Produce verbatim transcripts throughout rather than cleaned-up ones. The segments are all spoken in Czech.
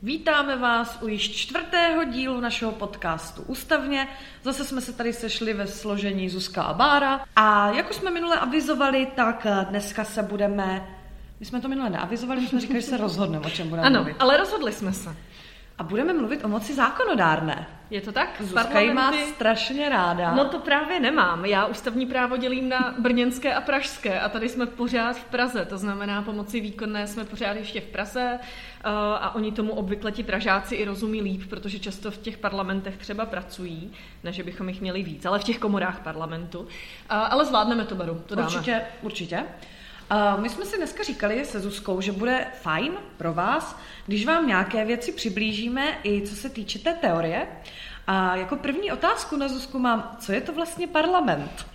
Vítáme vás u již čtvrtého dílu našeho podcastu Ústavně. Zase jsme se tady sešli ve složení Zuzka a Bára. A jako jsme minule avizovali, tak dneska se budeme... My jsme to minule neavizovali, my jsme říkali, že se rozhodneme, o čem budeme ano, mluvit. Ano, ale rozhodli jsme se. A budeme mluvit o moci zákonodárné. Je to tak? Zuzka ji má strašně ráda. No to právě nemám. Já ústavní právo dělím na brněnské a pražské a tady jsme pořád v Praze. To znamená, pomoci výkonné jsme pořád ještě v Praze a oni tomu obvykle ti Pražáci i rozumí líp, protože často v těch parlamentech třeba pracují, ne že bychom jich měli víc, ale v těch komorách parlamentu. Ale zvládneme to, Baru, to dáme. Určitě, určitě. Uh, my jsme si dneska říkali se Zuzkou, že bude fajn pro vás, když vám nějaké věci přiblížíme, i co se týče té teorie. A jako první otázku na Zuzku mám, co je to vlastně parlament?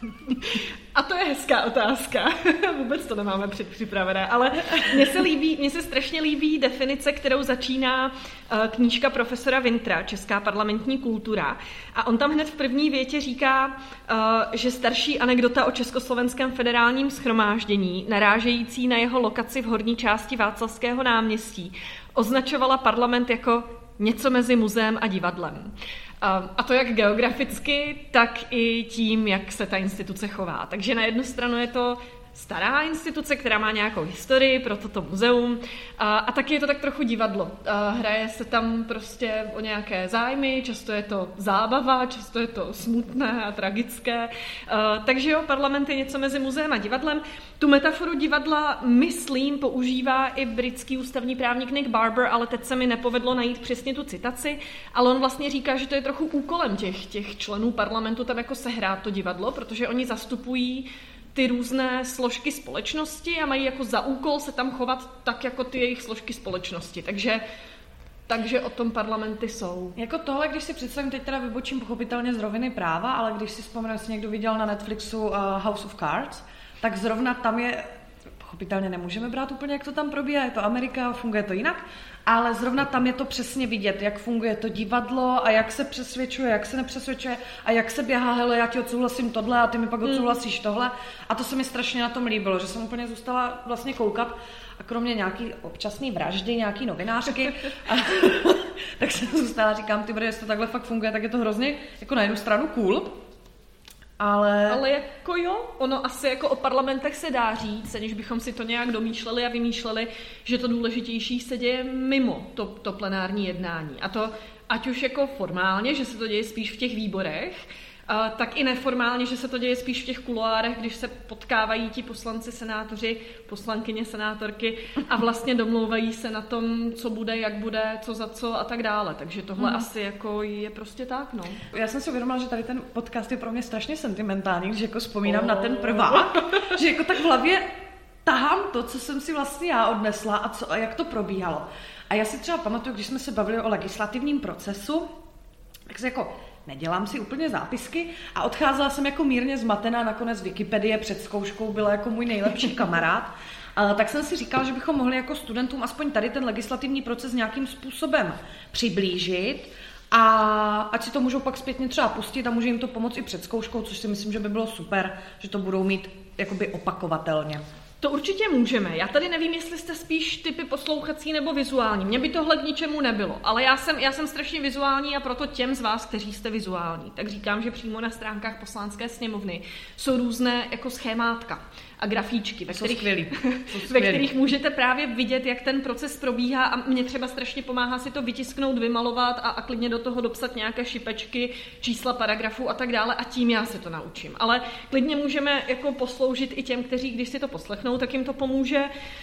A to je hezká otázka. Vůbec to nemáme předpřipravené, ale mně se líbí, mně se strašně líbí definice, kterou začíná knížka profesora Wintra, Česká parlamentní kultura. A on tam hned v první větě říká, že starší anekdota o Československém federálním shromáždění, narážející na jeho lokaci v horní části Václavského náměstí, označovala parlament jako něco mezi muzeem a divadlem. A to jak geograficky, tak i tím, jak se ta instituce chová. Takže na jednu stranu je to stará instituce, která má nějakou historii pro toto muzeum a, a taky je to tak trochu divadlo. A hraje se tam prostě o nějaké zájmy, často je to zábava, často je to smutné a tragické. A, takže jo, parlament je něco mezi muzeem a divadlem. Tu metaforu divadla, myslím, používá i britský ústavní právník Nick Barber, ale teď se mi nepovedlo najít přesně tu citaci, ale on vlastně říká, že to je trochu úkolem těch, těch členů parlamentu tam jako sehrát to divadlo, protože oni zastupují ty různé složky společnosti a mají jako za úkol se tam chovat tak, jako ty jejich složky společnosti. Takže, takže o tom parlamenty jsou. Jako tohle, když si představím, teď teda vybočím pochopitelně z roviny práva, ale když si vzpomenu, jestli někdo viděl na Netflixu uh, House of Cards, tak zrovna tam je, pochopitelně nemůžeme brát úplně, jak to tam probíhá, je to Amerika, funguje to jinak, ale zrovna tam je to přesně vidět, jak funguje to divadlo a jak se přesvědčuje, jak se nepřesvědčuje a jak se běhá, hele, já ti odsouhlasím tohle a ty mi pak odsouhlasíš tohle. A to se mi strašně na tom líbilo, že jsem úplně zůstala vlastně koukat a kromě nějaký občasný vraždy, nějaký novinářky, a, tak jsem zůstala, říkám, ty brde, jestli to takhle fakt funguje, tak je to hrozně jako na jednu stranu cool. Ale... Ale jako jo, ono asi jako o parlamentech se dá říct, aniž bychom si to nějak domýšleli a vymýšleli, že to důležitější se děje mimo to, to plenární jednání. A to ať už jako formálně, že se to děje spíš v těch výborech, a tak i neformálně, že se to děje spíš v těch kuloárech, když se potkávají ti poslanci, senátoři, poslankyně, senátorky a vlastně domlouvají se na tom, co bude, jak bude, co za co a tak dále. Takže tohle hmm. asi jako je prostě tak, no. Já jsem si uvědomila, že tady ten podcast je pro mě strašně sentimentální, když jako vzpomínám oh. na ten prvák, že jako tak v hlavě tahám to, co jsem si vlastně já odnesla a, co, a jak to probíhalo. A já si třeba pamatuju, když jsme se bavili o legislativním procesu, tak se jako nedělám si úplně zápisky a odcházela jsem jako mírně zmatená, nakonec Wikipedie před zkouškou byla jako můj nejlepší kamarád. A tak jsem si říkala, že bychom mohli jako studentům aspoň tady ten legislativní proces nějakým způsobem přiblížit a ať si to můžou pak zpětně třeba pustit a může jim to pomoct i před zkouškou, což si myslím, že by bylo super, že to budou mít jakoby opakovatelně. To určitě můžeme. Já tady nevím, jestli jste spíš typy poslouchací nebo vizuální. Mně by tohle k ničemu nebylo, ale já jsem, já jsem strašně vizuální a proto těm z vás, kteří jste vizuální, tak říkám, že přímo na stránkách Poslanecké sněmovny jsou různé jako schémátka a grafíčky, ve kterých, ve kterých můžete právě vidět, jak ten proces probíhá a mě třeba strašně pomáhá si to vytisknout, vymalovat a, a klidně do toho dopsat nějaké šipečky, čísla paragrafů a tak dále a tím já se to naučím. Ale klidně můžeme jako posloužit i těm, kteří, když si to poslechnou, tak jim to pomůže.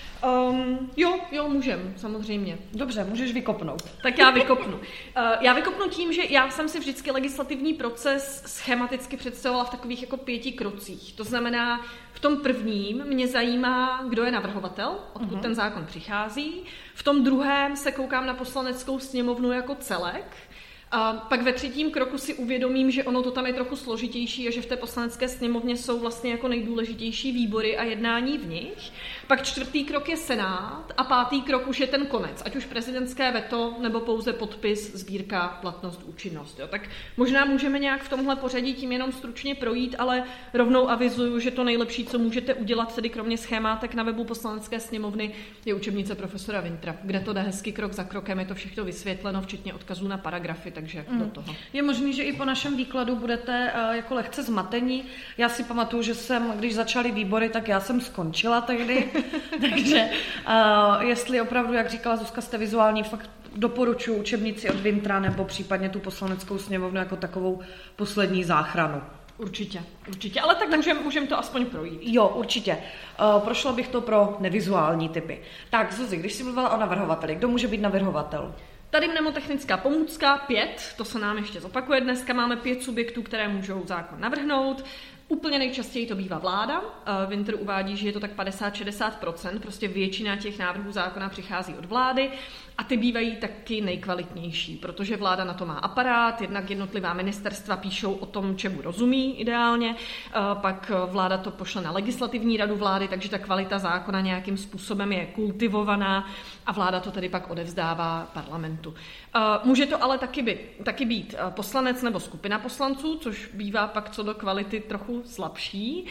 Um, jo, jo, můžem, samozřejmě. Dobře, můžeš vykopnout. Tak já vykopnu. Uh, já vykopnu tím, že já jsem si vždycky legislativní proces schematicky představovala v takových jako pěti krocích. To znamená, v tom prvním mě zajímá, kdo je navrhovatel, odkud uh-huh. ten zákon přichází. V tom druhém se koukám na Poslaneckou sněmovnu jako celek. A pak ve třetím kroku si uvědomím, že ono to tam je trochu složitější a že v té poslanecké sněmovně jsou vlastně jako nejdůležitější výbory a jednání v nich. Pak čtvrtý krok je Senát a pátý krok už je ten konec, ať už prezidentské veto nebo pouze podpis, sbírka, platnost, účinnost. Jo. Tak možná můžeme nějak v tomhle pořadí tím jenom stručně projít, ale rovnou avizuju, že to nejlepší, co můžete udělat, tedy kromě schémátek na webu poslanecké sněmovny, je učebnice profesora Wintra, kde to jde hezky krok za krokem, je to všechno vysvětleno, včetně odkazů na paragrafy, takže mm. do toho. Je možný, že i po našem výkladu budete uh, jako lehce zmatení. Já si pamatuju, že jsem, když začaly výbory, tak já jsem skončila tehdy, takže uh, jestli opravdu, jak říkala Zuzka, jste vizuální, fakt doporučuji učebnici od Wintra nebo případně tu poslaneckou sněmovnu jako takovou poslední záchranu. Určitě, určitě, ale tak můžeme můžem to aspoň projít. Jo, určitě. Uh, prošla bych to pro nevizuální typy. Tak, Zuzi, když jsi mluvila o navrhovateli, kdo může být navrhovatel? Tady mnemotechnická pomůcka, pět, to se nám ještě zopakuje. Dneska máme pět subjektů, které můžou zákon navrhnout. Úplně nejčastěji to bývá vláda. Winter uvádí, že je to tak padesát až šedesát procent, prostě většina těch návrhů zákona přichází od vlády a ty bývají taky nejkvalitnější, protože vláda na to má aparát, jednak jednotlivá ministerstva píšou o tom, čemu rozumí ideálně, pak vláda to pošle na legislativní radu vlády, takže ta kvalita zákona nějakým způsobem je kultivovaná a vláda to tedy pak odevzdává parlamentu. Může to ale taky být, taky být poslanec nebo skupina poslanců, což bývá pak co do kvality trochu slabší.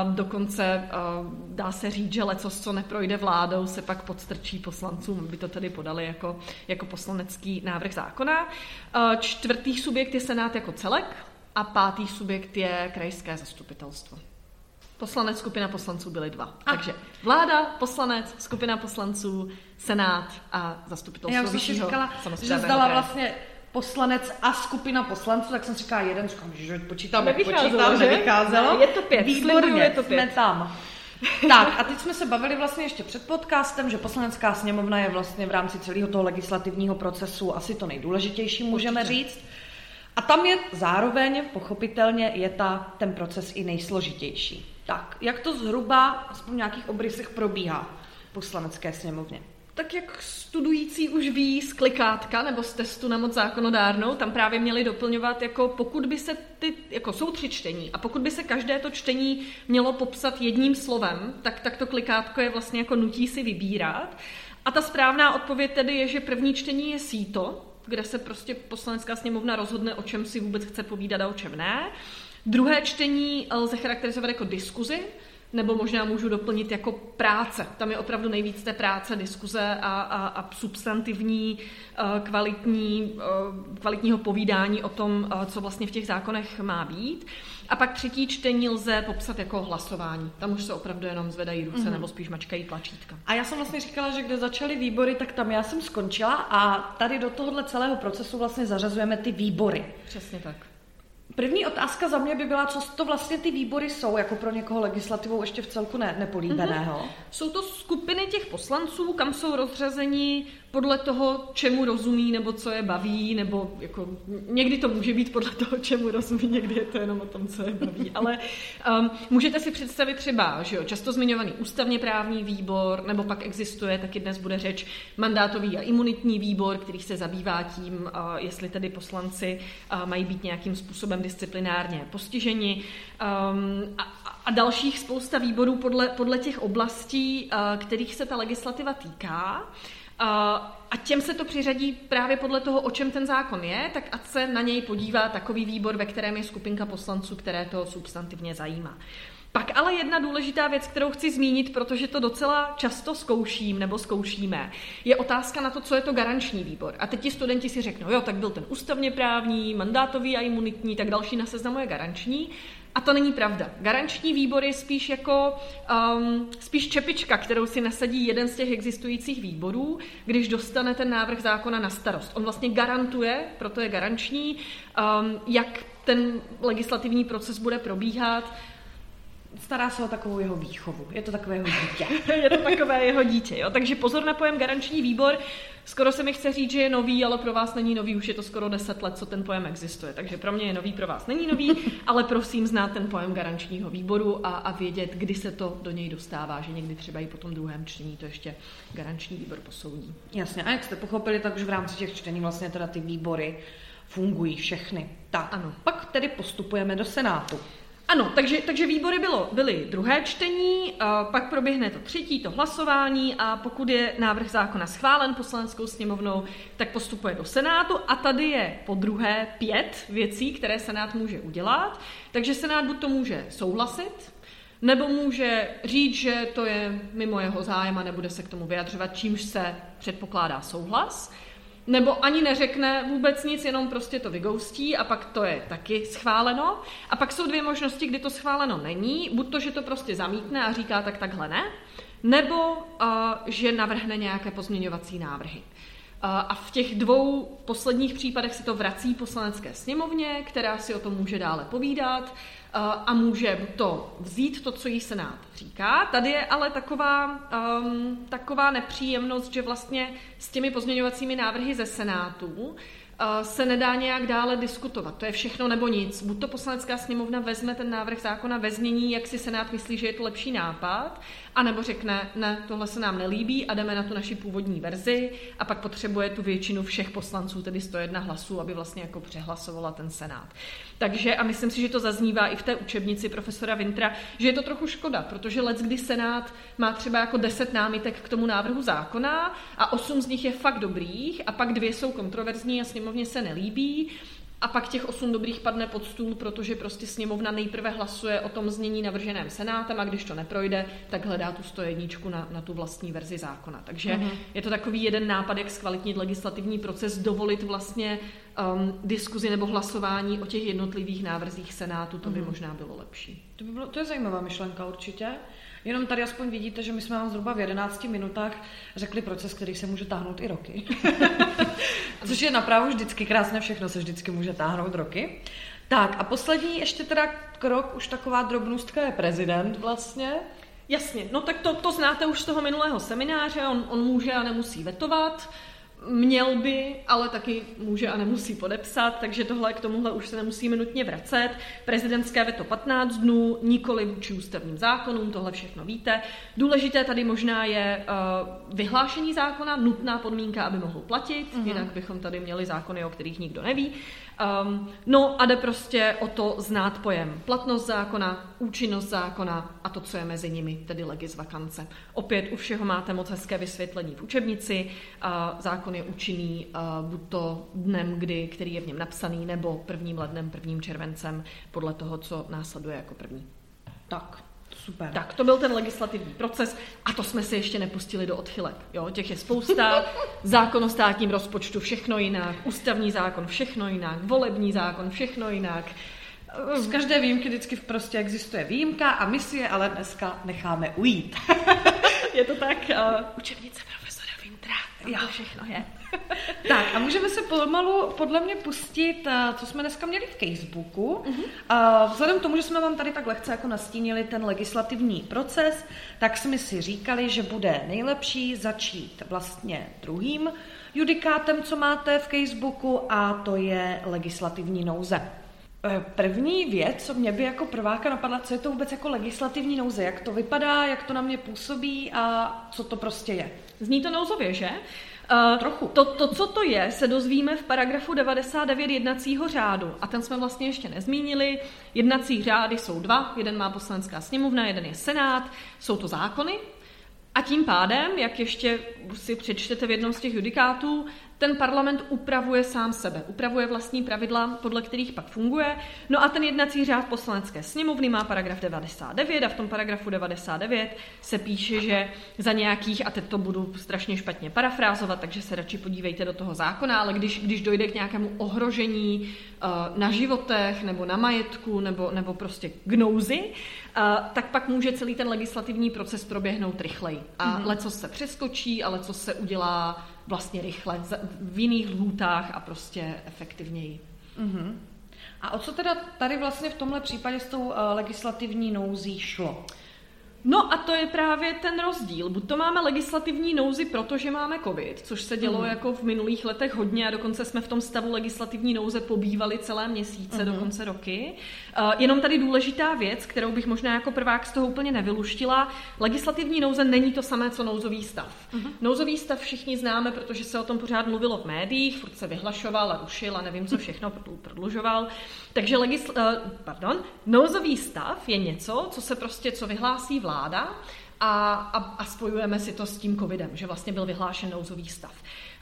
Dokonce dá se říct, že lecos, co neprojde vládou, se pak podstrčí poslancům, aby to tedy podali jako, jako poslanecký návrh zákona. Čtvrtý subjekt je Senát jako celek a pátý subjekt je krajské zastupitelstvo. Poslanec, skupina poslanců byly dva. A. Takže vláda, poslanec, skupina poslanců, Senát a zastupitelstvo Já vyššího. Já jsem si říkala, že zdala vlastně poslanec a skupina poslanců, tak jsem si říkala jeden, říkám, že počítám, počítám, nevycházelo. Je to pět, výborně, je to pět. Jsme tam. Tak a teď jsme se bavili vlastně ještě před podcastem, že poslanecká sněmovna je vlastně v rámci celého toho legislativního procesu asi to nejdůležitější, můžeme Určitě. říct. A tam je zároveň, pochopitelně, je ta, ten proces i nejsložitější. Tak, jak to zhruba, aspoň v nějakých obrysech probíhá v poslanecké sněmovně? Tak jak studující už ví z klikátka nebo z testu na moc zákonodárnou, tam právě měli doplňovat, jako pokud by se ty, jako jsou tři čtení a pokud by se každé to čtení mělo popsat jedním slovem, tak, tak to klikátko je vlastně jako nutí si vybírat. A ta správná odpověď tedy je, že první čtení je síto, kde se prostě poslanecká sněmovna rozhodne, o čem si vůbec chce povídat a o čem ne. Druhé čtení lze charakterizovat jako diskuzi, nebo možná můžu doplnit jako práce. Tam je opravdu nejvíc té práce, diskuze a, a, a substantivní, kvalitní, kvalitního povídání o tom, co vlastně v těch zákonech má být. A pak třetí čtení lze popsat jako hlasování. Tam už se opravdu jenom zvedají ruce mm-hmm. nebo spíš mačkají tlačítka. A já jsem vlastně říkala, že kde začaly výbory, tak tam já jsem skončila a tady do tohohle celého procesu vlastně zařazujeme ty výbory. Přesně tak. První otázka za mě by byla, co to vlastně ty výbory jsou, jako pro někoho legislativou ještě v celku ne, nepolíbeného. Mm-hmm. Jsou to skupiny těch poslanců, kam jsou rozřazeni podle toho, čemu rozumí, nebo co je baví, nebo jako někdy to může být podle toho, čemu rozumí, někdy je to jenom o tom, co je baví. Ale um, můžete si představit třeba, že jo, často zmiňovaný ústavně právní výbor, nebo pak existuje, taky dnes bude řeč, mandátový a imunitní výbor, který se zabývá tím, uh, jestli tedy poslanci uh, mají být nějakým způsobem disciplinárně postiženi. Um, a, a dalších spousta výborů podle, podle těch oblastí, uh, kterých se ta legislativa týká. A těm se to přiřadí právě podle toho, o čem ten zákon je, tak ať se na něj podívá takový výbor, ve kterém je skupinka poslanců, které to substantivně zajímá. Pak ale jedna důležitá věc, kterou chci zmínit, protože to docela často zkouším nebo zkoušíme, je otázka na to, co je to garanční výbor. A teď ti studenti si řeknou, jo, tak byl ten ústavně právní, mandátový a imunitní, tak další na seznamu je garanční. A to není pravda. Garanční výbor je spíš jako um, spíš čepička, kterou si nasadí jeden z těch existujících výborů, když dostane ten návrh zákona na starost. On vlastně garantuje, proto je garanční, um, jak ten legislativní proces bude probíhat. Stará se o takovou jeho výchovu. Je to takové jeho dítě. Je to takové jeho dítě, jo. Takže pozor na pojem garanční výbor. Skoro se mi chce říct, že je nový, ale pro vás není nový, už je to skoro deset let, co ten pojem existuje. Takže pro mě je nový, pro vás není nový, ale prosím znát ten pojem garančního výboru a, a vědět, kdy se to do něj dostává, že někdy třeba i po tom druhém čtení to ještě garanční výbor posoudí. Jasně, a jak jste pochopili, tak už v rámci těch čtení vlastně teda ty výbory fungují všechny. Tak, ano. Pak tedy postupujeme do Senátu. Ano, takže, takže výbory bylo, byly druhé čtení, pak proběhne to třetí, to hlasování a pokud je návrh zákona schválen poslaneckou sněmovnou, tak postupuje do Senátu a tady je po druhé pět věcí, které Senát může udělat. Takže Senát buď to může souhlasit, nebo může říct, že to je mimo jeho zájem a nebude se k tomu vyjadřovat, čímž se předpokládá souhlas. Nebo ani neřekne vůbec nic, jenom prostě to vygoustí a pak to je taky schváleno. A pak jsou dvě možnosti, kdy to schváleno není. Buď to, že to prostě zamítne a říká tak takhle ne, nebo uh, že navrhne nějaké pozměňovací návrhy. Uh, a v těch dvou posledních případech se to vrací poslanecké sněmovně, která si o tom může dále povídat a může to vzít to, co jí Senát říká. Tady je ale taková, um, taková nepříjemnost, že vlastně s těmi pozměňovacími návrhy ze Senátu uh, se nedá nějak dále diskutovat. To je všechno nebo nic. Buď to poslanecká sněmovna vezme ten návrh zákona ve znění, jak si Senát myslí, že je to lepší nápad, anebo řekne, ne, tohle se nám nelíbí a jdeme na tu naši původní verzi a pak potřebuje tu většinu všech poslanců, tedy sto jedna hlasů, aby vlastně jako přehlasovala ten Senát. Takže, a myslím si, že to zaznívá i v té učebnici profesora Wintra, že je to trochu škoda, protože leckdy Senát má třeba jako deset námitek k tomu návrhu zákona a osm z nich je fakt dobrých a pak dvě jsou kontroverzní a sněmovně se nelíbí. A pak těch osm dobrých padne pod stůl, protože prostě sněmovna nejprve hlasuje o tom znění navrženém Senátem a když to neprojde, tak hledá tu sto jedna na, na tu vlastní verzi zákona. Takže uh-huh. je to takový jeden nápad, jak zkvalitnit legislativní proces, dovolit vlastně um, diskuzi nebo hlasování o těch jednotlivých návrzích Senátu, to by uh-huh. možná bylo lepší. To by bylo, to je zajímavá myšlenka určitě. Jenom tady aspoň vidíte, že my jsme vám zhruba v jedenácti minutách řekli proces, který se může táhnout i roky. Což je napravo vždycky krásné, všechno se vždycky může táhnout roky. Tak a poslední ještě teda krok, už taková drobnůstka je prezident vlastně. Jasně, no tak to, to znáte už z toho minulého semináře, on, on může a nemusí vetovat. Měl by, ale taky může a nemusí podepsat, takže tohle k tomuhle už se nemusíme nutně vracet. Prezidentské veto patnáct dnů, nikoli vůči ústavním zákonům, tohle všechno víte. Důležité tady možná je uh, vyhlášení zákona, nutná podmínka, aby mohl platit, uh-huh. jinak bychom tady měli zákony, o kterých nikdo neví. Um, no a jde prostě o to znát pojem platnost zákona, účinnost zákona a to, co je mezi nimi, tedy legis vacance. Opět u všeho máte moc hezké vysvětlení v učebnici. Uh, zákon je účinný uh, buď to dnem, kdy, který je v něm napsaný, nebo prvním lednem, prvním červencem, podle toho, co následuje jako první. Tak. Super. Tak, to byl ten legislativní proces a to jsme se ještě nepustili do odchylek. Jo? Těch je spousta, zákon o státním rozpočtu, všechno jinak, ústavní zákon, všechno jinak, volební zákon, všechno jinak. Z každé výjimky vždycky prostě existuje výjimka a my si je ale dneska necháme ujít. Je to tak? Uh, učebnice profesora Wintra, to všechno je. Tak a můžeme se pomalu podle mě pustit, co jsme dneska měli v Facebooku. Uh-huh. Vzhledem k tomu, že jsme vám tady tak lehce jako nastínili ten legislativní proces, tak jsme si říkali, že bude nejlepší začít vlastně druhým judikátem, co máte v Facebooku, a to je legislativní nouze. První věc, co mě by jako prváka napadla, co je to vůbec jako legislativní nouze, jak to vypadá, jak to na mě působí a co to prostě je. Zní to nouzově, že? Uh, Trochu. To, to, co to je, se dozvíme v paragrafu devadesát devět jednacího řádu. A ten jsme vlastně ještě nezmínili. Jednací řády jsou dva. Jeden má poslanecká sněmovna, jeden je senát. Jsou to zákony. A tím pádem, jak ještě si přečtete v jednom z těch judikátů, ten parlament upravuje sám sebe, upravuje vlastní pravidla, podle kterých pak funguje. No a ten jednací řád poslanecké sněmovny má paragraf devadesát devět a v tom paragrafu devadesát devět se píše, že za nějakých, a teď to budu strašně špatně parafrázovat, takže se radši podívejte do toho zákona, ale když, když dojde k nějakému ohrožení uh, na životech nebo na majetku nebo, nebo prostě k nouzi, uh, tak pak může celý ten legislativní proces proběhnout rychleji. A mm-hmm. lecos se přeskočí a lecos se udělá vlastně rychle, v jiných lhůtách a prostě efektivněji. Uh-huh. A o co teda tady vlastně v tomhle případě s tou uh, legislativní nouzí šlo? No a to je právě ten rozdíl. Buď to máme legislativní nouzi, protože máme covid, což se dělo mm. jako v minulých letech hodně a dokonce jsme v tom stavu legislativní nouze pobývali celé měsíce, mm. dokonce roky. Uh, jenom tady důležitá věc, kterou bych možná jako prvák z toho úplně nevyluštila. Legislativní nouze není to samé, co nouzový stav. Mm. Nouzový stav všichni známe, protože se o tom pořád mluvilo v médiích, furt se vyhlašoval a rušil a nevím, co všechno prodlužoval. Takže legisl- uh, pardon, nouzový stav je něco, co se prostě, co vyhlásí vláda a, a, a spojujeme si to s tím covidem, že vlastně byl vyhlášen nouzový stav.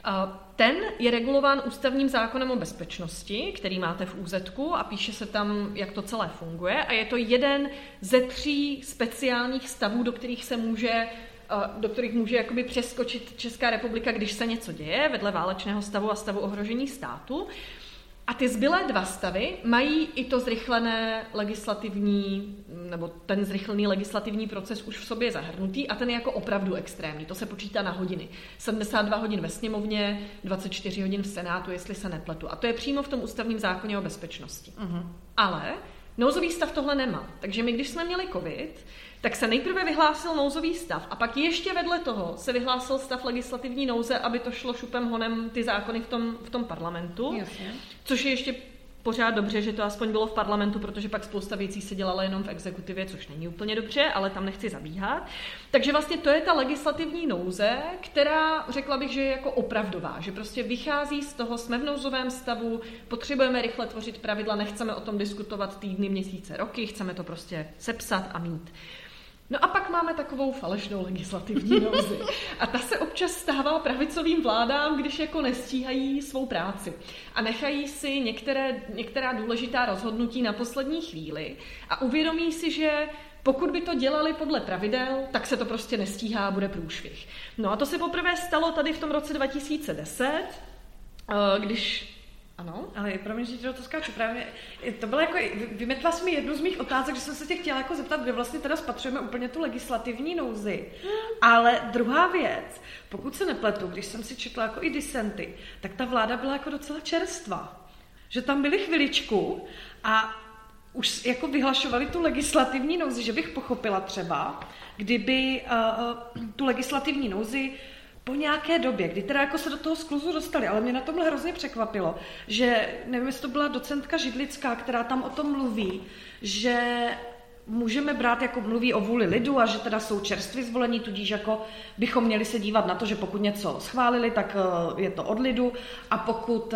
Ten je regulován ústavním zákonem o bezpečnosti, který máte v úzetku a píše se tam, jak to celé funguje a je to jeden ze tří speciálních stavů, do kterých se může do kterých může jakoby přeskočit Česká republika, když se něco děje, vedle válečného stavu a stavu ohrožení státu. A ty zbylé dva stavy mají i to zrychlené legislativní, nebo ten zrychlený legislativní proces už v sobě zahrnutý a ten je jako opravdu extrémní. To se počítá na hodiny. sedmdesát dva hodin ve sněmovně, dvacet čtyři hodin v Senátu, jestli se nepletu. A to je přímo v tom ústavním zákoně o bezpečnosti. Uh-huh. Ale nouzový stav tohle nemá. Takže my, když jsme měli covid, tak se nejprve vyhlásil nouzový stav a pak ještě vedle toho se vyhlásil stav legislativní nouze, aby to šlo šupem honem ty zákony v tom, v tom parlamentu. Jasně. Což je ještě pořád dobře, že to aspoň bylo v parlamentu, protože pak spousta věcí se dělala jenom v exekutivě, což není úplně dobře, ale tam nechci zabíhat. Takže vlastně to je ta legislativní nouze, která řekla bych, že je jako opravdová, že prostě vychází z toho, jsme v nouzovém stavu, potřebujeme rychle tvořit pravidla, nechceme o tom diskutovat týdny, měsíce, roky, chceme to prostě sepsat a mít. No a pak máme takovou falešnou legislativní nouzi. A ta se občas stává pravicovým vládám, když jako nestíhají svou práci. A nechají si některé, některá důležitá rozhodnutí na poslední chvíli a uvědomí si, že pokud by to dělali podle pravidel, tak se to prostě nestíhá a bude průšvih. No a to se poprvé stalo tady v tom roce dva tisíce deset, když... Ano. Ale pro mě, že to skáču právě, to bylo jako, vymetla jsi mi jednu z mých otázek, že jsem se tě chtěla jako zeptat, kde vlastně teda spatřujeme úplně tu legislativní nouzi. Ale druhá věc, pokud se nepletu, když jsem si četla jako i disenty, tak ta vláda byla jako docela čerstvá. Že tam byly chviličku a už jako vyhlašovali tu legislativní nouzi, že bych pochopila třeba, kdyby uh, tu legislativní nouzi po nějaké době, kdy teda jako se do toho skluzu dostali, ale mě na tomhle hrozně překvapilo, že, nevím, jestli to byla docentka Židlická, která tam o tom mluví, že můžeme brát, jako mluví o vůli lidu a že teda jsou čerstvě zvolení, tudíž jako bychom měli se dívat na to, že pokud něco schválili, tak je to od lidu a pokud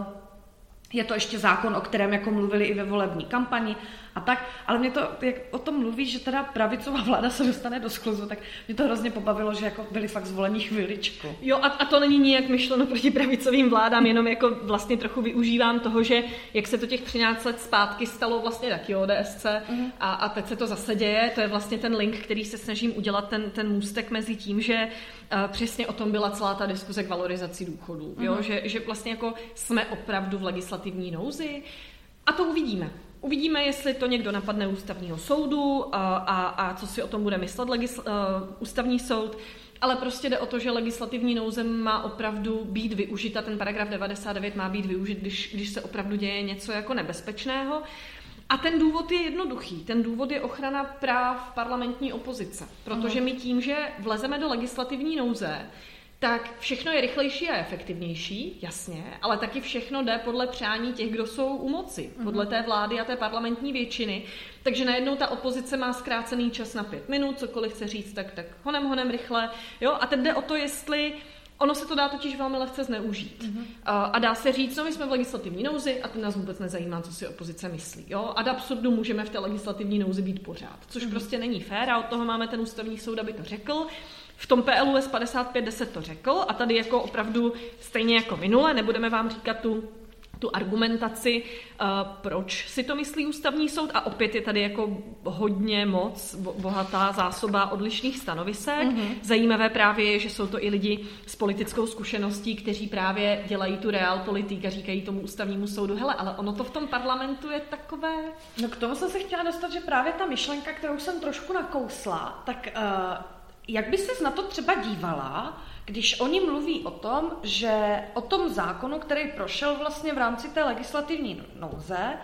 je to ještě zákon, o kterém jako mluvili i ve volební kampani a tak, ale mě to, jak o tom mluví, že teda pravicová vláda se dostane do skluzu, tak mě to hrozně pobavilo, že jako byli fakt zvolení chviličku. Jo, a, a to není nijak myšleno proti pravicovým vládám, jenom jako vlastně trochu využívám toho, že jak se to těch třináct let zpátky stalo vlastně taky O D S C mm. a, a teď se to zase děje, to je vlastně ten link, který se snažím udělat, ten, ten můstek mezi tím, že uh, přesně o tom byla celá ta diskuze k valorizaci důchodů, mm. jo, že, že vlastně jako jsme opravdu v legislativní nouzi a to uvidíme. Uvidíme, jestli to někdo napadne ústavního soudu a, a, a co si o tom bude myslet legisl, uh, ústavní soud, ale prostě jde o to, že legislativní nouze má opravdu být využita, ten paragraf devadesát devět má být využit, když, když se opravdu děje něco jako nebezpečného. A ten důvod je jednoduchý. Ten důvod je ochrana práv parlamentní opozice. Protože my tím, že vlezeme do legislativní nouze, tak všechno je rychlejší a efektivnější, jasně, ale taky všechno jde podle přání těch, kdo jsou u moci, podle té vlády a té parlamentní většiny. Takže najednou ta opozice má zkrácený čas na pět minut, cokoliv chce říct, tak, tak honem, honem, rychle. Jo? A teď jde o to, jestli ono se to dá totiž velmi lehce zneužít. Mm-hmm. A dá se říct, no my jsme v legislativní nouzi a to nás vůbec nezajímá, co si opozice myslí. Jo? Ad absurdum můžeme v té legislativní nouzi být pořád, což mm-hmm. prostě není fér a od toho máme ten ústavní soud, aby to řekl. V tom P L U S padesát pět deset to řekl a tady jako opravdu stejně jako minule, nebudeme vám říkat tu, tu argumentaci, uh, proč si to myslí ústavní soud a opět je tady jako hodně moc, bohatá zásoba odlišných stanovisek. Mm-hmm. Zajímavé právě je, že jsou to i lidi s politickou zkušeností, kteří právě dělají tu realpolitik a říkají tomu ústavnímu soudu, hele, ale ono to v tom parlamentu je takové... No k tomu jsem se chtěla dostat, že právě ta myšlenka, kterou jsem trošku nakousla, tak... Uh... Jak by ses na to třeba dívala, když oni mluví o tom, že o tom zákonu, který prošel vlastně v rámci té legislativní nouze,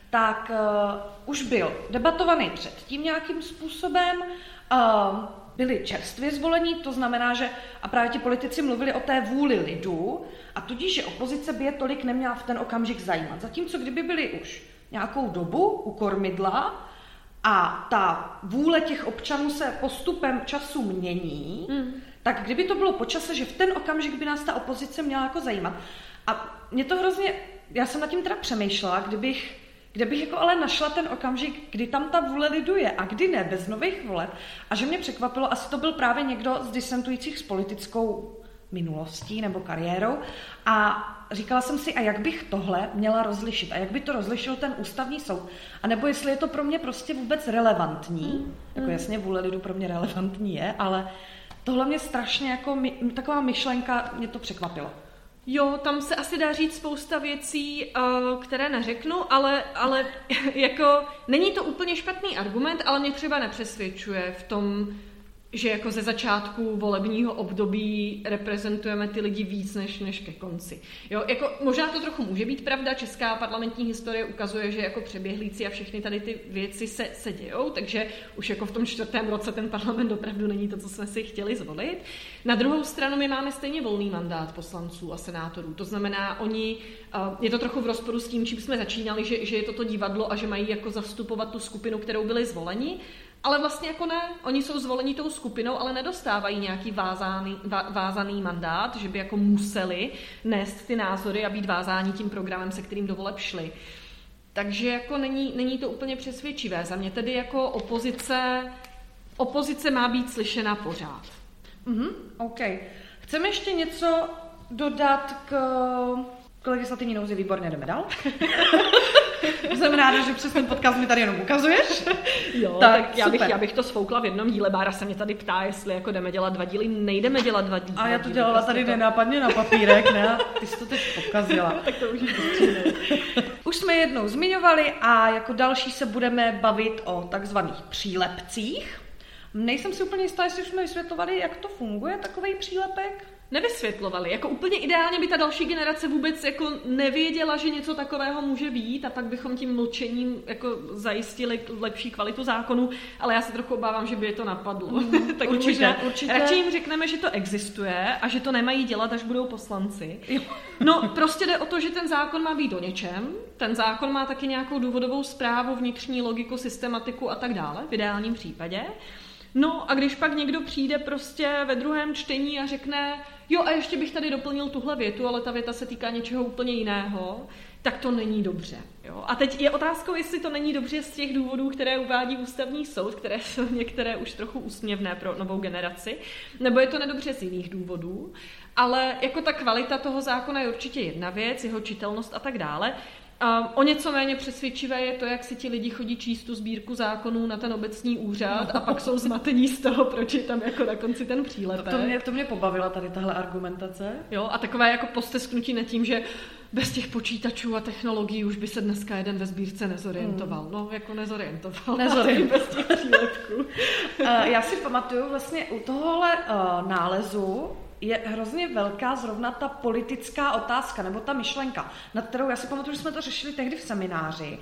tak uh, už byl debatovaný předtím nějakým způsobem, uh, byli čerstvě zvolení, to znamená, že a právě ti politici mluvili o té vůli lidu a tudíž, že opozice by je tolik neměla v ten okamžik zajímat. Zatímco kdyby byli už nějakou dobu u kormidla a ta vůle těch občanů se postupem času mění, mm. tak kdyby to bylo po čase, že v ten okamžik by nás ta opozice měla jako zajímat. A mě to hrozně, já jsem nad tím teda přemýšlela, kdybych, kdybych jako ale našla ten okamžik, kdy tam ta vůle lidu je a kdy ne, bez nových voleb. A že mě překvapilo, asi to byl právě někdo z disentujících s politickou minulostí nebo kariérou a říkala jsem si, a jak bych tohle měla rozlišit a jak by to rozlišil ten ústavní soud, a nebo jestli je to pro mě prostě vůbec relevantní, mm. jako jasně vůle lidu pro mě relevantní je, ale tohle mě strašně jako my, taková myšlenka, mě to překvapilo. Jo, tam se asi dá říct spousta věcí, které neřeknu, ale, ale jako není to úplně špatný argument, ale mě třeba nepřesvědčuje v tom, že jako ze začátku volebního období reprezentujeme ty lidi víc než, než ke konci. Jo, jako možná to trochu může být pravda, česká parlamentní historie ukazuje, že jako přeběhlíci a všechny tady ty věci se, se dějou, takže už jako v tom čtvrtém roce ten parlament opravdu není to, co jsme si chtěli zvolit. Na druhou stranu my máme stejně volný mandát poslanců a senátorů, to znamená, oni, je to trochu v rozporu s tím, čím jsme začínali, že, že je to to divadlo a že mají jako zastupovat tu skupinu, kterou byli zvoleni. Ale vlastně jako ne, oni jsou zvoleni tou skupinou, ale nedostávají nějaký vázaný, vá, vázaný mandát, že by jako museli nést ty názory a být vázáni tím programem, se kterým do voleb šli. Takže jako není, není to úplně přesvědčivé. Za mě tedy jako opozice, opozice má být slyšena pořád. Mhm, OK. Chceme ještě něco dodat k, k legislativní nouzi? Výborně, jdeme dál. Jsem ráda, že přes ten podcast mi tady jenom ukazuješ. Jo, tak, tak já, bych, já bych to sfoukla v jednom díle. Bára se mě tady ptá, jestli jako jdeme dělat dva díly. Nejdeme dělat dva díly. A já to dělala prostě tady to... nenápadně na papírek, ne? Ty jsi to teď pokazila. Tak to už Už jsme jednou zmiňovali a jako další se budeme bavit o takzvaných přílepcích. Nejsem si úplně jistá, jestli už jsme vysvětlovali, jak to funguje, takovej přílepek. Nevysvětlovali. Jako úplně ideálně by ta další generace vůbec jako nevěděla, že něco takového může být a pak bychom tím mlčením jako zajistili lepší kvalitu zákonu, ale já se trochu obávám, že by je to napadlo. Mm, tak určitě, možná, určitě. Radši jim řekneme, že to existuje a že to nemají dělat, až budou poslanci. No, prostě jde o to, že ten zákon má být o něčem. Ten zákon má taky nějakou důvodovou zprávu, vnitřní logiku, systematiku a tak dále, v ideálním případě. No a když pak někdo přijde prostě ve druhém čtení a řekne, jo a ještě bych tady doplnil tuhle větu, ale ta věta se týká něčeho úplně jiného, tak to není dobře. Jo? A teď je otázkou, jestli to není dobře z těch důvodů, které uvádí ústavní soud, které jsou některé už trochu úsměvné pro novou generaci, nebo je to nedobře z jiných důvodů, ale jako ta kvalita toho zákona je určitě jedna věc, jeho čitelnost a tak dále. A o něco méně přesvědčivé je to, jak si ti lidi chodí číst tu sbírku zákonů na ten obecní úřad a pak jsou zmatení z toho, proč je tam jako na konci ten přílepek. To mě, to mě pobavila tady tahle argumentace. Jo, a takové jako postesknutí nad tím, že bez těch počítačů a technologií už by se dneska jeden ve sbírce nezorientoval. Hmm. No, jako nezorientoval. Nezorientoval. Bez těch přílepků. Já si pamatuju vlastně u tohohle uh, nálezu je hrozně velká zrovna ta politická otázka, nebo ta myšlenka, nad kterou já si pamatuju, že jsme to řešili tehdy v semináři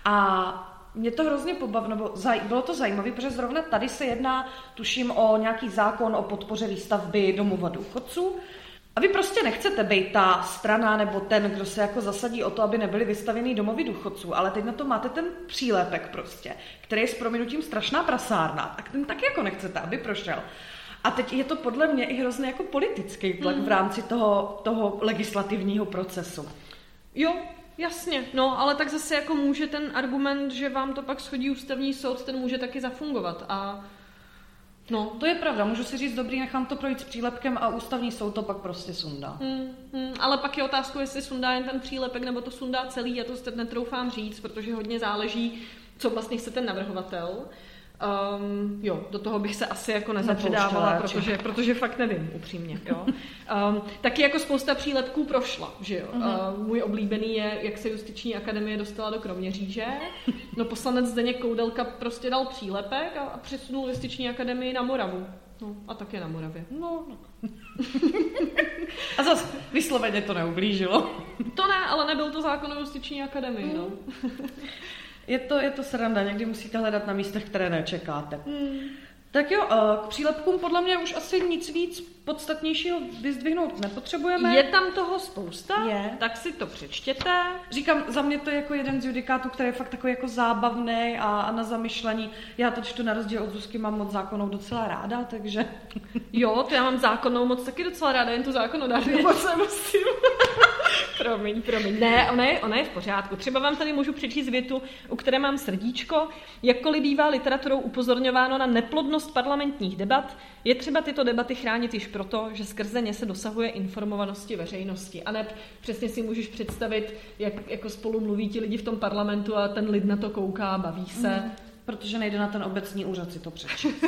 a mě to hrozně pobavilo, nebo zaj, bylo to zajímavé, protože zrovna tady se jedná, tuším, o nějaký zákon o podpoře výstavby domova důchodců a vy prostě nechcete být ta strana nebo ten, kdo se jako zasadí o to, aby nebyly vystavěný domovy důchodců, ale teď na to máte ten přílepek prostě, který je s prominutím strašná prasárna, tak ten taky jako nechcete, aby prošel. A teď je to podle mě i hrozně jako politický tlak mm. v rámci toho, toho legislativního procesu. Jo, jasně, no, ale tak zase jako může ten argument, že vám to pak shodí ústavní soud, ten může taky zafungovat a no, to je pravda, můžu si říct, dobrý, nechám to projít s přílepkem a ústavní soud to pak prostě sundá. Mm, mm, ale pak je otázka, jestli sundá jen ten přílepek, nebo to sundá celý, já to teď netroufám říct, protože hodně záleží, co vlastně chce ten navrhovatel. Um, jo, do toho bych se asi jako nezapředávala, protože, protože fakt nevím, upřímně. Jo. Um, taky jako spousta přílepků prošla, že jo. Uh-huh. Uh, můj oblíbený je, jak se Justiční akademie dostala do Kroměříže. No poslanec Zdeněk Koudelka prostě dal přílepek a, a přesunul Justiční akademii na Moravu. No, a tak je na Moravě. No, no. A zase vysloveně to neublížilo. To ne, ale nebyl byl to zákon o justiční akademii, mm. no. je, to, je to sranda, někdy musíte hledat na místech, které nečekáte. Mm. Tak jo, k přílepkům podle mě už asi nic víc podstatnějšího vyzdvihnout nepotřebujeme. Je tam toho spousta, je. Tak si to přečtěte. Říkám, za mě to je jako jeden z judikátů, který je fakt takový jako zábavný a, a na zamyšlení. Já to čtu na rozdíl od Zuzky, mám moc zákonnou docela ráda, takže... Jo, to já mám zákonnou moc taky docela ráda, jen tu zákonodárnou moc nemusím. Promiň, promiň. Ne, ona je, ona je v pořádku. Třeba vám tady můžu přečíst větu, u které mám srdíčko. Jakkoliv bývá literaturou upozorňováno na neplodnost parlamentních debat, je třeba tyto debaty chránit již proto, že skrze ně se dosahuje informovanosti veřejnosti. A ne, přesně si můžeš představit, jak jako spolu mluví ti lidi v tom parlamentu a ten lid na to kouká, baví se. Mm. Protože nejde na ten obecní úřad si to přečíst.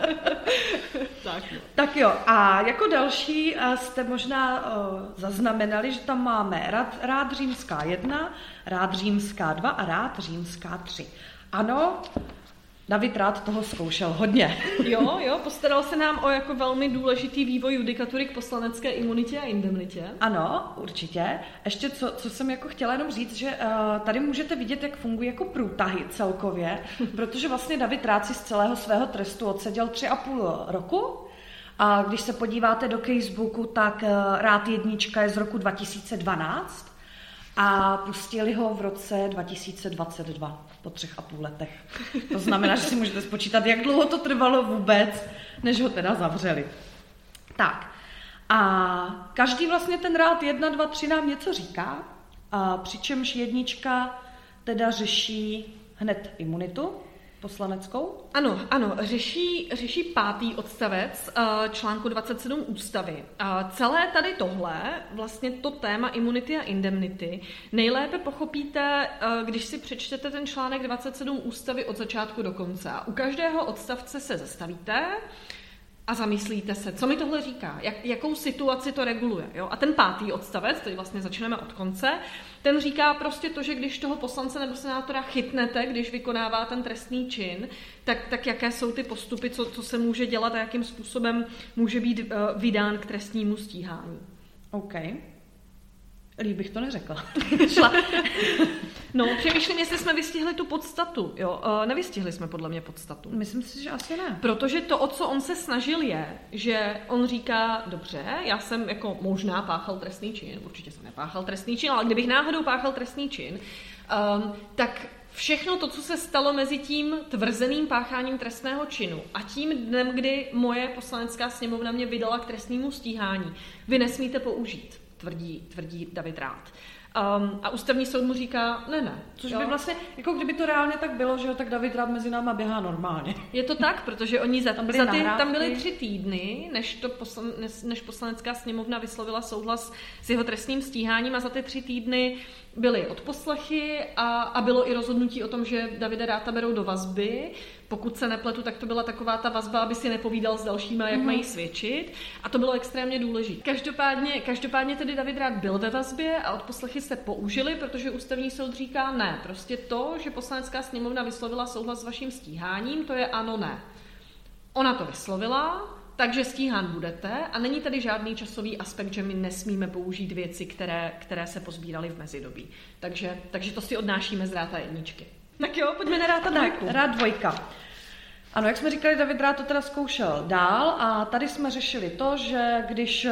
tak, jo. tak jo, a jako další jste možná uh, zaznamenali, že tam máme rád, rád římská jedna, rád římská dva a rád římská tři. Ano, David Rád toho zkoušel hodně. Jo, jo, postaral se nám o jako velmi důležitý vývoj judikatury k poslanecké imunitě a indemnitě. Ano, určitě. Ještě co, co jsem jako chtěla jenom říct, že uh, tady můžete vidět, jak fungují jako průtahy celkově, protože vlastně David Rád si z celého svého trestu odseděl tři a půl roku. A když se podíváte do casebooku, tak uh, Rád jednička je z roku dva tisíce dvanáct a pustili ho v roce dva tisíce dvacet dva. Po třech a půl letech. To znamená, že si můžete spočítat, jak dlouho to trvalo vůbec, než ho teda zavřeli. Tak. A každý vlastně ten rád jedna, dva, tři nám něco říká, a přičemž jednička teda řeší hned imunitu poslaneckou. Ano, ano, řeší, řeší pátý odstavec článku dvacet sedm ústavy. A celé tady tohle, vlastně to téma imunity a indemnity, nejlépe pochopíte, když si přečtete ten článek dvacet sedm ústavy od začátku do konce. A u každého odstavce se zastavíte a zamyslíte se, co mi tohle říká, jak, jakou situaci to reguluje. Jo? A ten pátý odstavec, teď vlastně začneme od konce, ten říká prostě to, že když toho poslance nebo senátora chytnete, když vykonává ten trestný čin, tak, tak jaké jsou ty postupy, co, co se může dělat a jakým způsobem může být uh, vydán k trestnímu stíhání. OK. Líp bych to neřekla. No, přemýšlím, jestli jsme vystihli tu podstatu. Jo, uh, nevystihli jsme podle mě podstatu. Myslím si, že asi ne. Protože to, o co on se snažil, je, že on říká, dobře, já jsem jako možná páchal trestný čin, určitě jsem nepáchal trestný čin, ale kdybych náhodou páchal trestný čin, um, tak všechno to, co se stalo mezi tím tvrzeným pácháním trestného činu a tím dnem, kdy moje poslanecká sněmovna mě vydala k trestnému stíhání, vy nesmíte použít, tvrdí, tvrdí David Rád. Um, a ústavní soud mu říká, ne, ne. Což jo? by vlastně, jako kdyby to reálně tak bylo, že jo, tak David Rád mezi náma běhá normálně. Je to tak, protože oni za, tam, byly za ty, tam byly nahrávky. tři týdny, než, to poslan, než poslanecká sněmovna vyslovila souhlas s jeho trestným stíháním a za ty tři týdny byly odposlechy a, a bylo i rozhodnutí o tom, že Davida Ráta berou do vazby. Pokud se nepletu, tak to byla taková ta vazba, aby si nepovídal s dalšíma, jak mm. mají svědčit. A to bylo extrémně důležité. Každopádně, každopádně tedy David Rád byl ve vazbě a odposlechy se použili, protože ústavní soud říká ne. Prostě to, že poslanecká sněmovna vyslovila souhlas s vaším stíháním, to je ano, ne. Ona to vyslovila, takže stíhán budete a není tady žádný časový aspekt, že my nesmíme použít věci, které, které se pozbíraly v mezidobí. Takže, takže to si odnášíme z Ráta jedničky. Tak jo, pojďme na Ráta dvojku. Rád dvojka. Ano, jak jsme říkali, David Rád to teda zkoušel dál a tady jsme řešili to, že když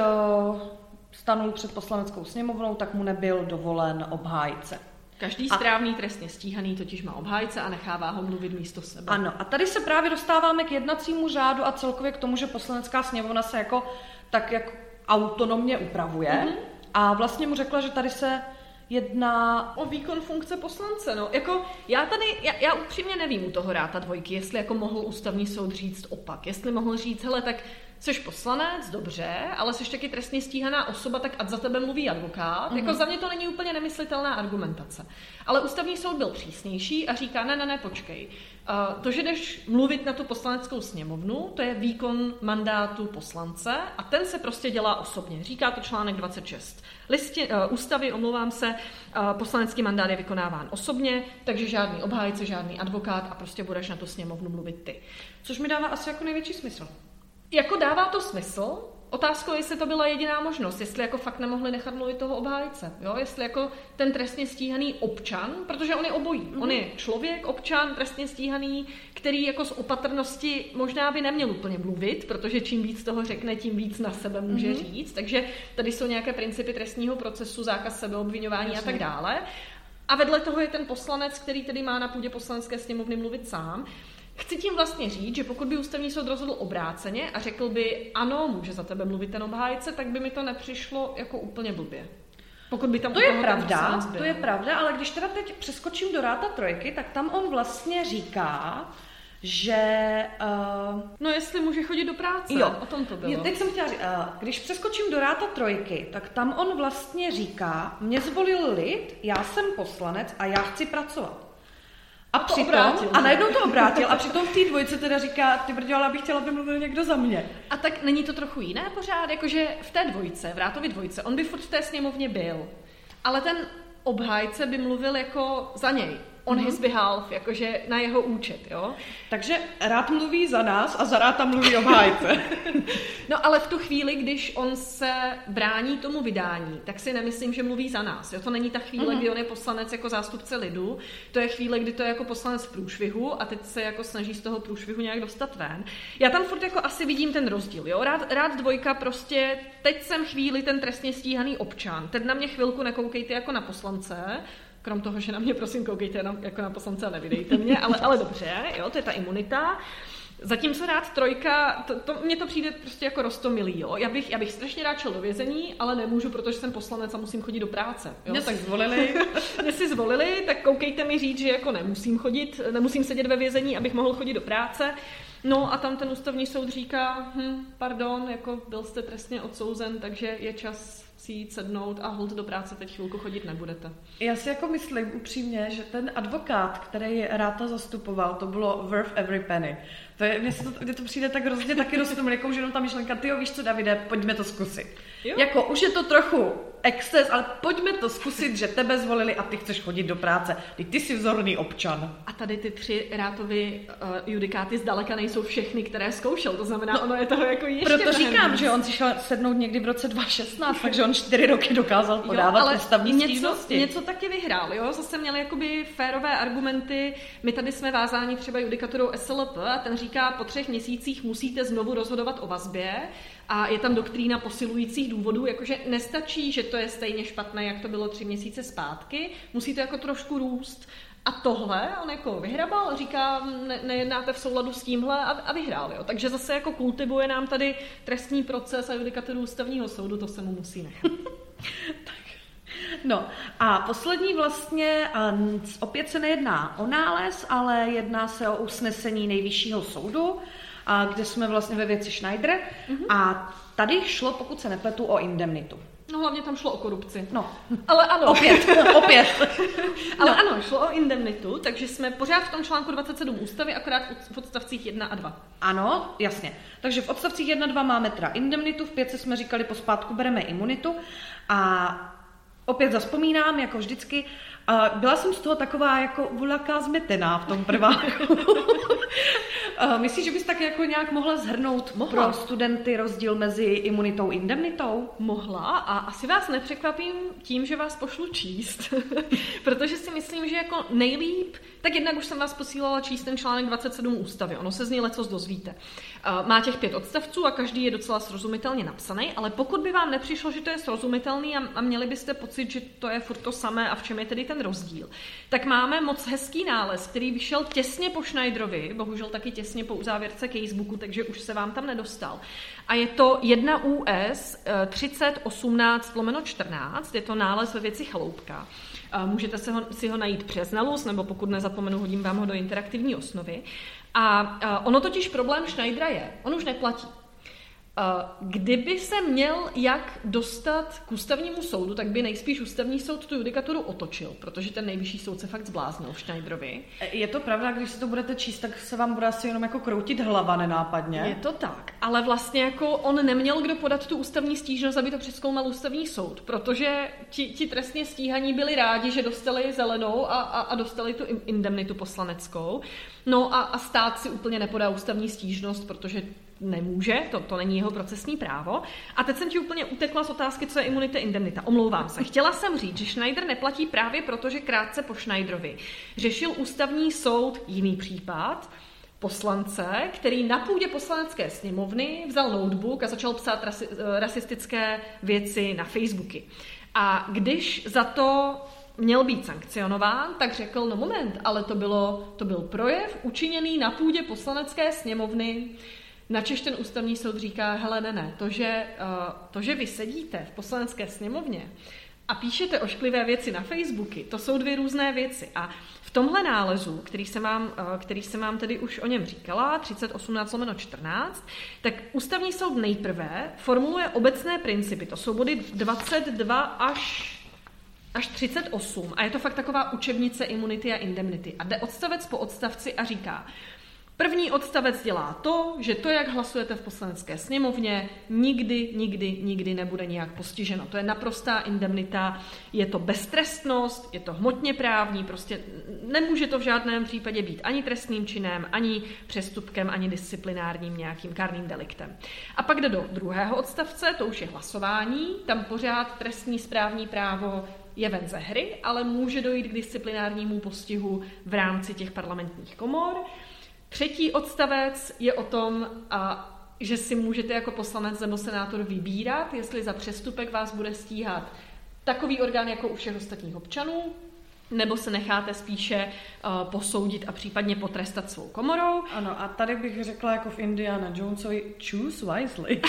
stanul před poslaneckou sněmovnou, tak mu nebyl dovolen obhájce. Každý správný a... trestně stíhaný totiž má obhájce a nechává ho mluvit místo sebe. Ano, a tady se právě dostáváme k jednacímu řádu a celkově k tomu, že poslanecká sněmovna se jako tak jako autonomně upravuje. Mm-hmm. A vlastně mu řekla, že tady se jedná o výkon funkce poslance. No, jako já tady, já, já upřímně nevím u toho Ráta dvojky, jestli jako mohl ústavní soud říct opak, jestli mohl říct, hele, tak seš poslanec, dobře, ale seš taky trestně stíhaná osoba, tak ať za tebe mluví advokát. Mm-hmm. Jako za mě to není úplně nemyslitelná argumentace. Ale ústavní soud byl přísnější a říká, ne, ne, ne, počkej. Uh, to, že jdeš mluvit na tu poslaneckou sněmovnu, to je výkon mandátu poslance a ten se prostě dělá osobně. Říká to článek dvacet šest. Listě, uh, ústavy, omlouvám se, uh, poslanecký mandát je vykonáván osobně, takže žádný obhájce, žádný advokát a prostě budeš na tu sněmovnu mluvit ty. Což mi dává asi jako největší smysl. Jako dává to smysl, Otázkou je, jestli to byla jediná možnost, jestli jako fakt nemohli nechat mluvit toho obhájce, jo? Jestli jako ten trestně stíhaný občan, protože on je obojí, mm-hmm. on je člověk, občan, trestně stíhaný, který jako z opatrnosti možná by neměl úplně mluvit, protože čím víc toho řekne, tím víc na sebe může mm-hmm. říct, takže tady jsou nějaké principy trestního procesu, zákaz sebeobviňování a tak dále. A vedle toho je ten poslanec, který tedy má na půdě poslanecké sněmovny mluvit sám. Chci tím vlastně říct, že pokud by ústavní soud rozhodl obráceně a řekl by, ano, může za tebe mluvit ten obhájce, tak by mi to nepřišlo jako úplně blbě. Pokud by tam to je pravda, to je pravda, ale když teda teď přeskočím do Ráta trojky, tak tam on vlastně říká, že... Uh, no jestli může chodit do práce, jo, o tom to bylo. Teď jsem chtěla říct, uh, když přeskočím do Ráta trojky, tak tam on vlastně říká, mě zvolil lid, já jsem poslanec a já chci pracovat. A, přitom, obrátil, a najednou to obrátil a přitom v té dvojce teda říká, ty brďo, ale bych chtěla, aby mluvil někdo za mě. A tak není to trochu jiné pořád, jakože v té dvojce, v Rátově dvojce, on by furt v té sněmovně byl, ale ten obhájce by mluvil jako za něj. On mm-hmm. his behalf, jakože na jeho účet, jo? Takže Rád mluví za nás a za Ráta mluví obhájce. No ale v tu chvíli, když on se brání tomu vydání, tak si nemyslím, že mluví za nás. Jo? To není ta chvíle, mm-hmm. kdy on je poslanec jako zástupce lidu, to je chvíle, kdy to je jako poslanec v průšvihu a teď se jako snaží z toho průšvihu nějak dostat ven. Já tam furt jako asi vidím ten rozdíl, jo? Rád, rád dvojka prostě, teď jsem chvíli ten trestně stíhaný občan, teď na mě chvilku nekoukejte jako na poslance, krom toho, že na mě prosím koukejte na, jako na poslance a nevydejte mě, ale, ale dobře, jo, to je ta imunita. Zatímco Rád trojka, to, to, mně to přijde prostě jako roztomilý, jo. Já bych, já bych strašně rád šel do vězení, ale nemůžu, protože jsem poslanec a musím chodit do práce. Jo. Mě tak zvolili. Mě si zvolili, tak koukejte mi říct, že jako nemusím chodit, nemusím sedět ve vězení, abych mohl chodit do práce. No a tam ten ústavní soud říká, hm, pardon, jako byl jste trestně odsouzen, takže je čas si jít sednout a hold do práce teď chvilku chodit nebudete. Já si jako myslím upřímně, že ten advokát, který Ráta zastupoval, to bylo worth every penny. To je, mně to, mně to přijde tak hrozně taky roztomilý, že jenom ta myšlenka, tyjo, víš co, Davide, pojďme to zkusit. Jo? Jako už je to trochu exces, ale pojďme to zkusit, že tebe zvolili a ty chceš chodit do práce. Ty, ty jsi vzorný občan. A tady ty tři Rátovy uh, judikáty zdaleka nejsou všechny, které zkoušel, to znamená, no, ono je toho jako ještě proto říkám, víc. Že on si šel sednout někdy v roce dva tisíce šestnáct, takže on čtyři roky dokázal podávat jo, ale ústavní něco, stížnosti. Něco taky vyhrál, jo? Zase měli jakoby férové argumenty. My tady jsme vázáni třeba judikaturou S L P a ten říká, po třech měsících musíte znovu rozhodovat o vazbě a je tam doktrína posilujících důvodů, jakože nestačí, že to je stejně špatné, jak to bylo tři měsíce zpátky, musí to jako trošku růst. A tohle on jako vyhrabal, říká, ne, nejednáte v souladu s tímhle a, a vyhrál. Jo. Takže zase jako kultivuje nám tady trestní proces a judikaturu ústavního soudu, to se mu musí nechat. No a poslední vlastně, opět se nejedná o nález, ale jedná se o usnesení Nejvyššího soudu, kde jsme vlastně ve věci Schneider mm-hmm. a tady šlo, pokud se nepletu, o indemnitu. No hlavně tam šlo o korupci. No. Ale ano. Opět, opět. Ale no. ano, šlo o indemnitu, takže jsme pořád v tom článku dvacet sedm ústavy, akorát v odstavcích jedna a dva. Ano, jasně. Takže v odstavcích jedna a dva máme teda indemnitu, v pětce jsme říkali, pospátku bereme imunitu a opět zazpomínám, jako vždycky, byla jsem z toho taková jako volaká zmetená v tom prváku. Myslíš, že bys tak jako nějak mohla shrnout mohla. Pro studenty rozdíl mezi imunitou a indemnitou? Mohla a asi vás nepřekvapím tím, že vás pošlu číst. Protože si myslím, že jako nejlíp, tak jednak už jsem vás posílala číst ten článek dvacet sedm ústavy, ono se z něj lecos dozvíte. Má těch pět odstavců a každý je docela srozumitelně napsaný, ale pokud by vám nepřišlo, že to je srozumitelný a, a měli byste pocit, že to je furt to samé a v čem je tedy ten rozdíl, tak máme moc hezký nález, který vyšel těsně po Schneiderovi, bohužel taky těsně po uzávěrce casebooku, takže už se vám tam nedostal. A je to jedna U S třicet osmnáct lomeno čtrnáct, je to nález ve věci Chaloupka. Můžete si ho, si ho najít přes Nalus, nebo pokud nezapomenu, hodím vám ho do interaktivní osnovy. A ono totiž problém Schneidera je, on už neplatí. Kdyby se měl jak dostat k ústavnímu soudu, tak by nejspíš ústavní soud tu judikaturu otočil, protože ten nejvyšší soud se fakt zbláznil v Schneiderovi. Je to pravda, když si to budete číst, tak se vám bude asi jenom jako kroutit hlava nenápadně. Je to tak, ale vlastně jako on neměl kdo podat tu ústavní stížnost, aby to přezkoumal ústavní soud, protože ti, ti trestně stíhaní byli rádi, že dostali zelenou a, a, a dostali tu indemnitu poslaneckou. No a, a stát si úplně nepodá ústavní stížnost, protože nemůže, to, to není jeho procesní právo. A teď jsem ti úplně utekla z otázky, co je imunita, indemnita. Omlouvám se. Chtěla jsem říct, že Schneider neplatí právě proto, že krátce po Schneiderovi řešil ústavní soud jiný případ poslance, který na půdě poslanecké sněmovny vzal notebook a začal psát rasi, rasistické věci na Facebooky. A když za to měl být sankcionován, tak řekl, no moment, ale to, bylo, to byl projev učiněný na půdě poslanecké sněmovny, načež ten ústavní soud říká, hele, ne, ne, to, že, to, že vy sedíte v poslanecké sněmovně a píšete ošklivé věci na Facebooky, to jsou dvě různé věci. A v tomhle nálezu, který jsem vám, který jsem vám tedy už o něm říkala, třicet osmnáct lomeno čtrnáct, tak ústavní soud nejprve formuluje obecné principy, to jsou body dvacet dva až až třicet osm a je to fakt taková učebnice imunity a indemnity. A jde odstavec po odstavci a říká, první odstavec dělá to, že to, jak hlasujete v poslanecké sněmovně, nikdy, nikdy, nikdy nebude nějak postiženo. To je naprostá indemnita, je to beztrestnost, je to hmotně právní, prostě nemůže to v žádném případě být ani trestným činem, ani přestupkem, ani disciplinárním nějakým kárným deliktem. A pak jde do druhého odstavce, to už je hlasování, tam pořád trestní správní právo je ven ze hry, ale může dojít k disciplinárnímu postihu v rámci těch parlamentních komor. Třetí odstavec je o tom, a, že si můžete jako poslanec nebo senátor vybírat, jestli za přestupek vás bude stíhat takový orgán jako u všech ostatních občanů, nebo se necháte spíše uh, posoudit a případně potrestat svou komorou. Ano, a tady bych řekla jako v Indiana Jonesovi, choose wisely.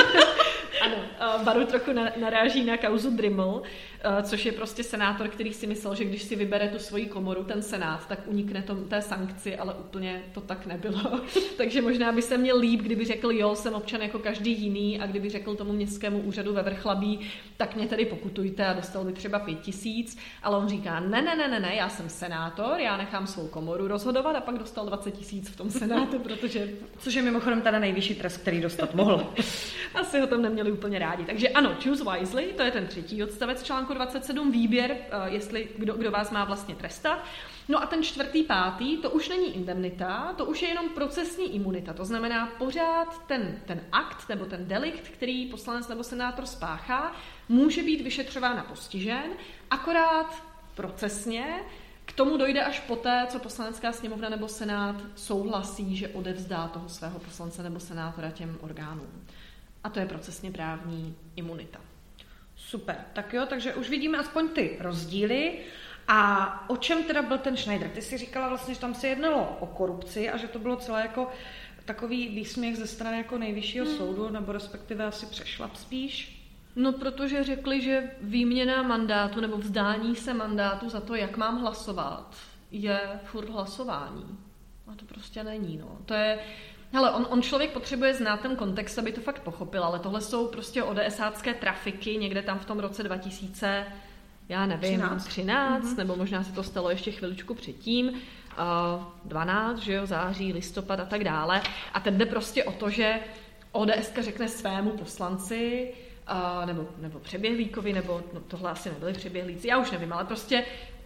Ano, Baru trochu naráží na kauzu Dremel, což je prostě senátor, který si myslel, že když si vybere tu svoji komoru, ten senát, tak unikne tom, té sankci, ale úplně to tak nebylo. Takže možná by se měl líp, kdyby řekl, jo, jsem občan jako každý jiný, a kdyby řekl tomu městskému úřadu ve Vrchlabí, tak mě tedy pokutujte, a dostal by třeba pět tisíc, ale on říká, ne, ne, ne, ne, ne, já jsem senátor, já nechám svou komoru rozhodovat, a pak dostal dvacet tisíc v tom senátu, protože... Což je mimochodem teda nejvyšší trest, který dostat mohl. Asi ho tam neměli úplně rádi. Takže ano, choose wisely, to je ten třetí odstavec článku dvacet sedm, výběr, jestli kdo, kdo vás má vlastně trestat. No a ten čtvrtý, pátý, to už není indemnita, to už je jenom procesní imunita. To znamená, pořád ten, ten akt nebo ten delikt, který poslanec nebo senátor spáchá, může být vyšetřován a postižen, akorát procesně. K tomu dojde až poté, co poslanecká sněmovna nebo senát souhlasí, že odevzdá toho svého poslance nebo senátora těm orgánům. A to je procesně právní imunita. Super, tak jo, takže už vidíme aspoň ty rozdíly. A o čem teda byl ten Schneider? Ty jsi říkala vlastně, že tam se jednalo o korupci a že to bylo celé jako takový výsměch ze strany jako nejvyššího hmm. soudu, nebo respektive asi přešlap spíš. No, protože řekli, že výměna mandátu nebo vzdání se mandátu za to, jak mám hlasovat, je furt hlasování. A to prostě není, no. To je... Hele, on, on člověk potřebuje znát ten kontext, aby to fakt pochopil, ale tohle jsou prostě ODSácké trafiky někde tam v tom roce dva tisíce, já nevím, třináct, třináct mm-hmm. nebo možná se to stalo ještě chviličku předtím, uh, dvanáct, že jo, září, listopad a tak dále. A teď jde prostě o to, že ODSka řekne svému poslanci, uh, nebo, nebo přeběhlíkovi, nebo no, tohle asi nebyli přeběhlíci, já už nevím, ale prostě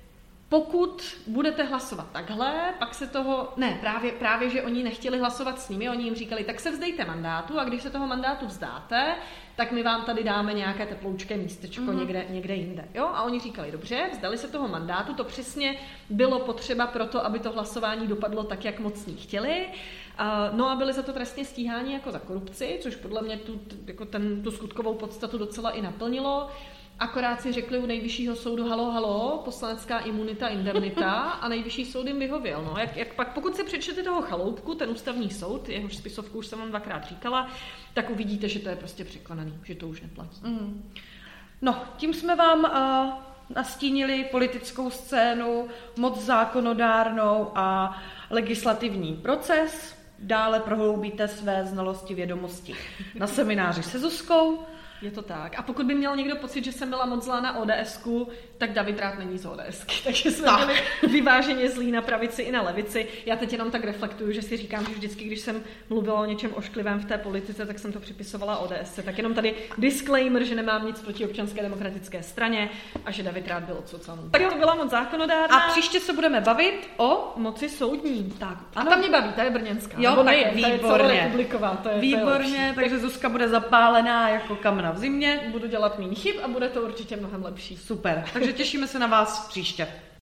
pokud budete hlasovat takhle, pak se toho, ne, právě, právě, že oni nechtěli hlasovat s nimi, oni jim říkali, tak se vzdejte mandátu, a když se toho mandátu vzdáte, tak my vám tady dáme nějaké teploučké místečko mm-hmm. někde, někde jinde. Jo? A oni říkali, dobře, vzdali se toho mandátu, to přesně bylo potřeba pro to, aby to hlasování dopadlo tak, jak mocní chtěli. Uh, no a byli za to trestně stíháni jako za korupci, což podle mě tu, jako ten, tu skutkovou podstatu docela i naplnilo. Akorát si řekli u nejvyššího soudu halo, halo, poslanecká imunita, indemnita, a nejvyšší soud jim vyhověl. No, jak, jak pak, pokud si přečtete toho Chaloupku, ten ústavní soud, jehož spisovku už jsem vám dvakrát říkala, tak uvidíte, že to je prostě překonaný, že to už neplatí. Mm. No, tím jsme vám uh, nastínili politickou scénu, moc zákonodárnou a legislativní proces. Dále prohloubíte své znalosti, vědomosti na semináři se Zuzkou. Je to tak. A pokud by měl někdo pocit, že jsem byla moc zlá na ODSku, tak David Rath není z ODSky. Takže jsme tak. byli vyváženě zlí na pravici i na levici. Já teď jenom tak reflektuju, že si říkám, že vždycky, když jsem mluvila o něčem ošklivém v té politice, tak jsem to připisovala ODSce. Tak jenom tady disclaimer, že nemám nic proti Občanské demokratické straně a že David Rath byl odsucaný. Tak to byla moc zákonodárná. A příště se budeme bavit o moci soudní. Tak, ano. A ta mě baví, ta je brněnská. Jo, nebo tak je, výborně. Ta je celorepubliková, to je, výborně, to je takže Zuzka bude zapálená jako kamna v zimě. Budu dělat méně chyb a bude to určitě mnohem lepší. Super, takže těšíme se na vás příště.